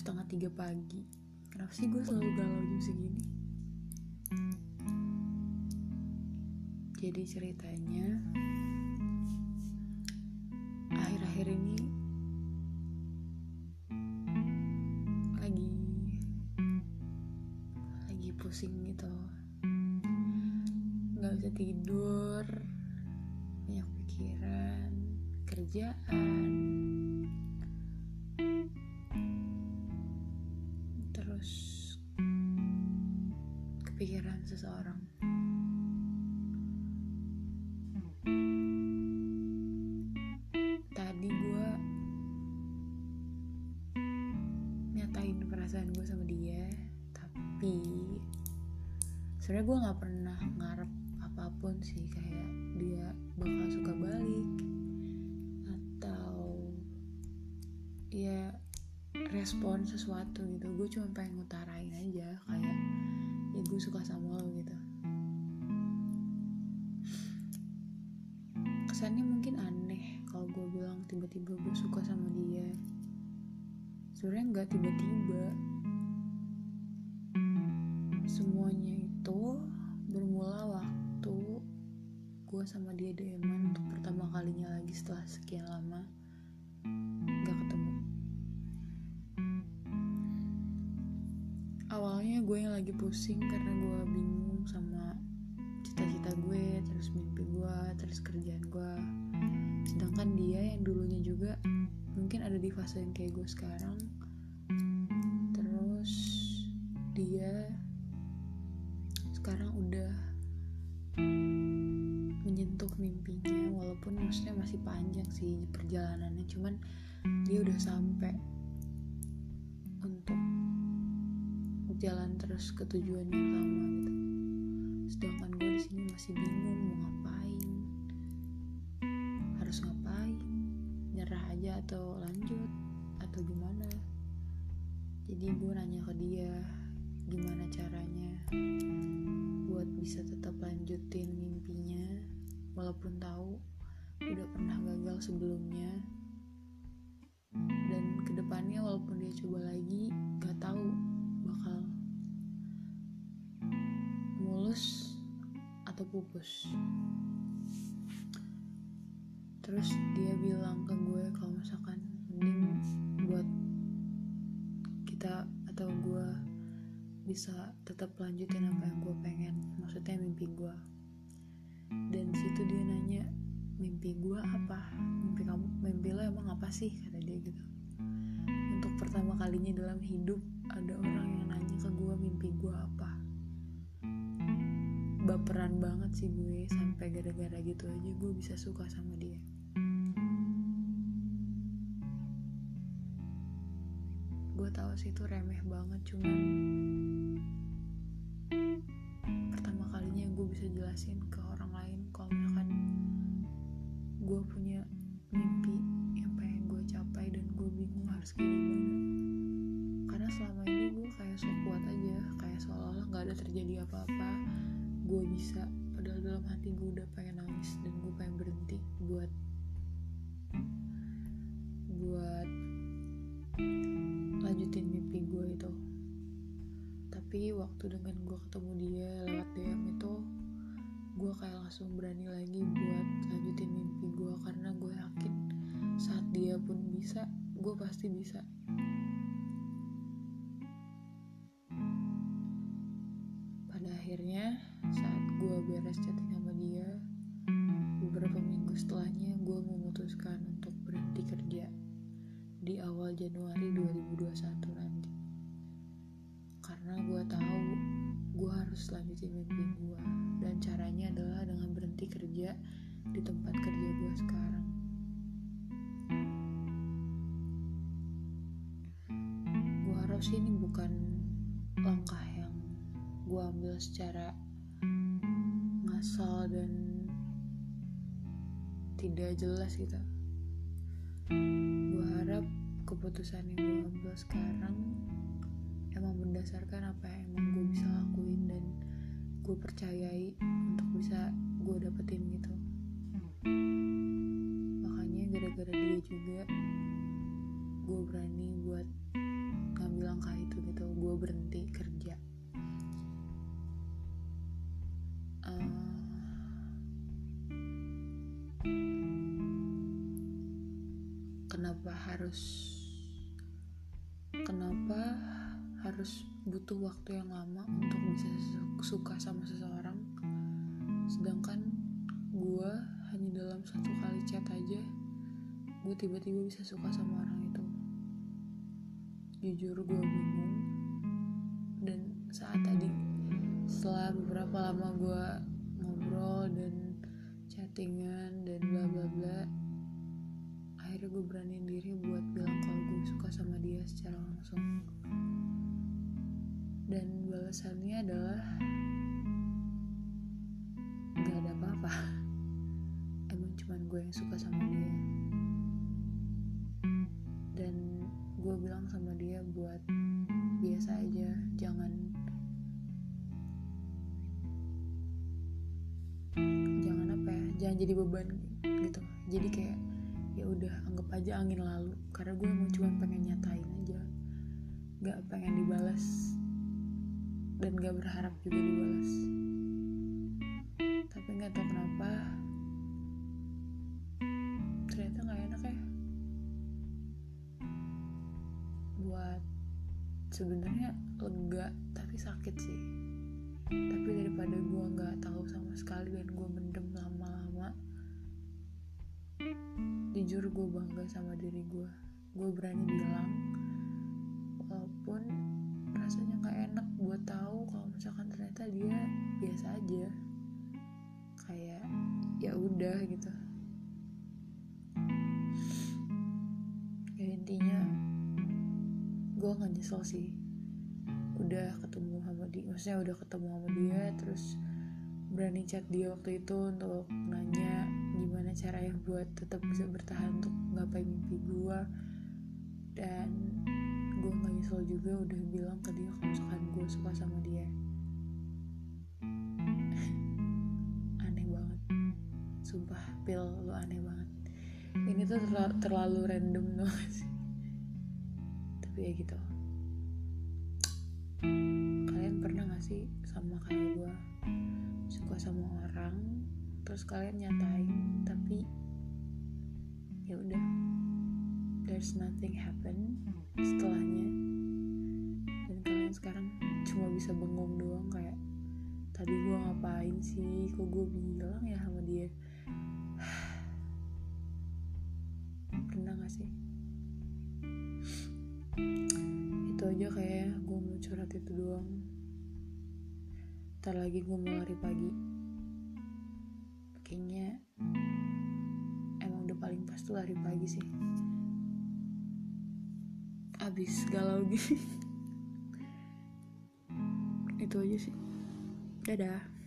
2:30 pagi. Kenapa sih gue selalu galau jam segini? Jadi ceritanya akhir-akhir ini lagi pusing gitu, nggak bisa tidur, banyak pikiran, kerjaan, terus kepikiran seseorang. Tadi gue nyatain perasaan gue sama dia, tapi sebenarnya gue nggak pernah ngarep apapun sih, kayak dia bakal suka balik atau ya respon sesuatu gitu. Gue cuma pengen ngutarain aja kayak ya gue suka sama lo gitu. Kesannya mungkin aneh kalau gue bilang tiba-tiba gue suka sama dia. Sebenarnya nggak tiba-tiba. Semuanya itu bermula waktu gue sama dia DM-an untuk pertama kalinya lagi setelah sekian lama gak ketemu. Awalnya gue yang lagi pusing karena gue bingung sama cita-cita gue, terus mimpi gue, terus kerjaan gue. Sedangkan dia yang dulunya juga mungkin ada di fase yang kayak gue sekarang. Terus dia sekarang udah menyentuh mimpinya, walaupun maksudnya masih panjang sih perjalanannya, cuman dia udah sampai untuk jalan terus ke tujuan yang sama gitu. Sedangkan gue di sini masih bingung mau ngapain, harus ngapain, nyerah aja atau lanjut atau gimana. Jadi gue nanya ke dia gimana caranya buat bisa tetap lanjutin mimpinya walaupun tahu udah pernah gagal sebelumnya, dan kedepannya walaupun dia coba lagi gak tahu bakal mulus atau pupus. Terus dia bilang ke gue kalau misalkan mending buat kita atau gue bisa tetap lanjutin apa yang gue pengen, maksudnya mimpi gue. Dan situ dia nanya, mimpi gue apa? Mimpi lo emang apa sih? Kata dia gitu. Untuk pertama kalinya dalam hidup ada orang yang nanya ke gue mimpi gue apa. Baperan banget sih gue, sampai gara-gara gitu aja gue bisa suka sama dia. Gue tahu sih itu remeh banget, cuman pertama kalinya gue bisa jelasin ke orang lain kalau misalkan gue punya mimpi yang pengen gue capai dan gue bingung harus kayak gimana. Karena selama ini gue kayak sok kuat aja, kayak seolah-olah gak ada terjadi apa-apa. Gue bisa, padahal dalam hati gue udah pengen nangis dan gue pengen berhenti buat lanjutin mimpi gue itu. Tapi waktu dengan gue ketemu dia lewat DM itu, gue kayak langsung berani lagi buat lanjutin mimpi gue, karena gue yakin saat dia pun bisa, gue pasti bisa. Pada akhirnya saat gue beres chatting sama dia, beberapa minggu setelahnya gue memutuskan untuk berhenti kerja di awal Januari 2021 nanti. Karena gue tahu gue harus lanjutin mimpi gue, dan caranya adalah dengan berhenti kerja di tempat kerja gue sekarang. Gue harap sih ini bukan langkah yang gue ambil secara ngasal dan tidak jelas gitu. Gue harap keputusan yang gue ambil sekarang emang berdasarkan apa yang emang gue bisa lakuin dan gue percayai untuk bisa gue dapetin gitu. Makanya gara-gara dia juga gue berani buat ngambil bilang kayak itu gitu, gue berhenti kerja. Kenapa harus butuh waktu yang lama untuk bisa suka sama seseorang, sedangkan gue hanya dalam 1 kali chat aja gue tiba-tiba bisa suka sama orang itu. Jujur gue bingung. Dan saat tadi, setelah beberapa lama gue ngobrol dan chattingan dan bla bla bla, akhirnya gue beraniin diri buat bilang kalau gue suka sama dia secara langsung. Dan balasannya adalah gak ada apa-apa. Emang cuman gue yang suka sama dia. Dan gue bilang sama dia buat biasa aja, jangan jangan jadi beban gitu. Jadi kayak ya udah, anggap aja angin lalu, karena gue emang cuma pengen nyatain aja, gak pengen dibalas dan gak berharap juga dibalas. Tapi gak tau kenapa ternyata gak enak ya buat, sebenarnya lega tapi sakit sih. Tapi daripada gue gak tahu sama sekali dan gue mendem lama-lama, jujur gue bangga sama diri gue. Gue berani bilang walaupun rasanya gak enak buat tahu kalau misalkan ternyata dia biasa aja, kayak ya udah gitu. Ya intinya gue gak nyesel sih udah ketemu sama dia, maksudnya udah ketemu sama dia, terus berani chat dia waktu itu untuk nanya gimana caranya buat tetap bisa bertahan untuk gapai mimpi gue. Dan gue gak nyesel juga udah bilang ke dia kalau misalkan gue suka sama dia. Aneh banget, sumpah Pil, lo aneh banget. Ini tuh terlalu random loh sih. Tapi ya gitu. Kalian pernah gak sih sama kayak gue, suka sama orang terus kalian nyatain tapi ya udah, there's nothing happen setelahnya, dan kalian sekarang cuma bisa bengong doang kayak, tadi gue ngapain sih, kok gue bilang ya sama dia. Pernah gak sih? Itu aja kayak gue mau curhat itu doang. Ntar lagi gue mau lari pagi. Kayaknya emang udah paling pas tuh lari pagi sih. Abis galau gini. Itu aja sih. Dadah.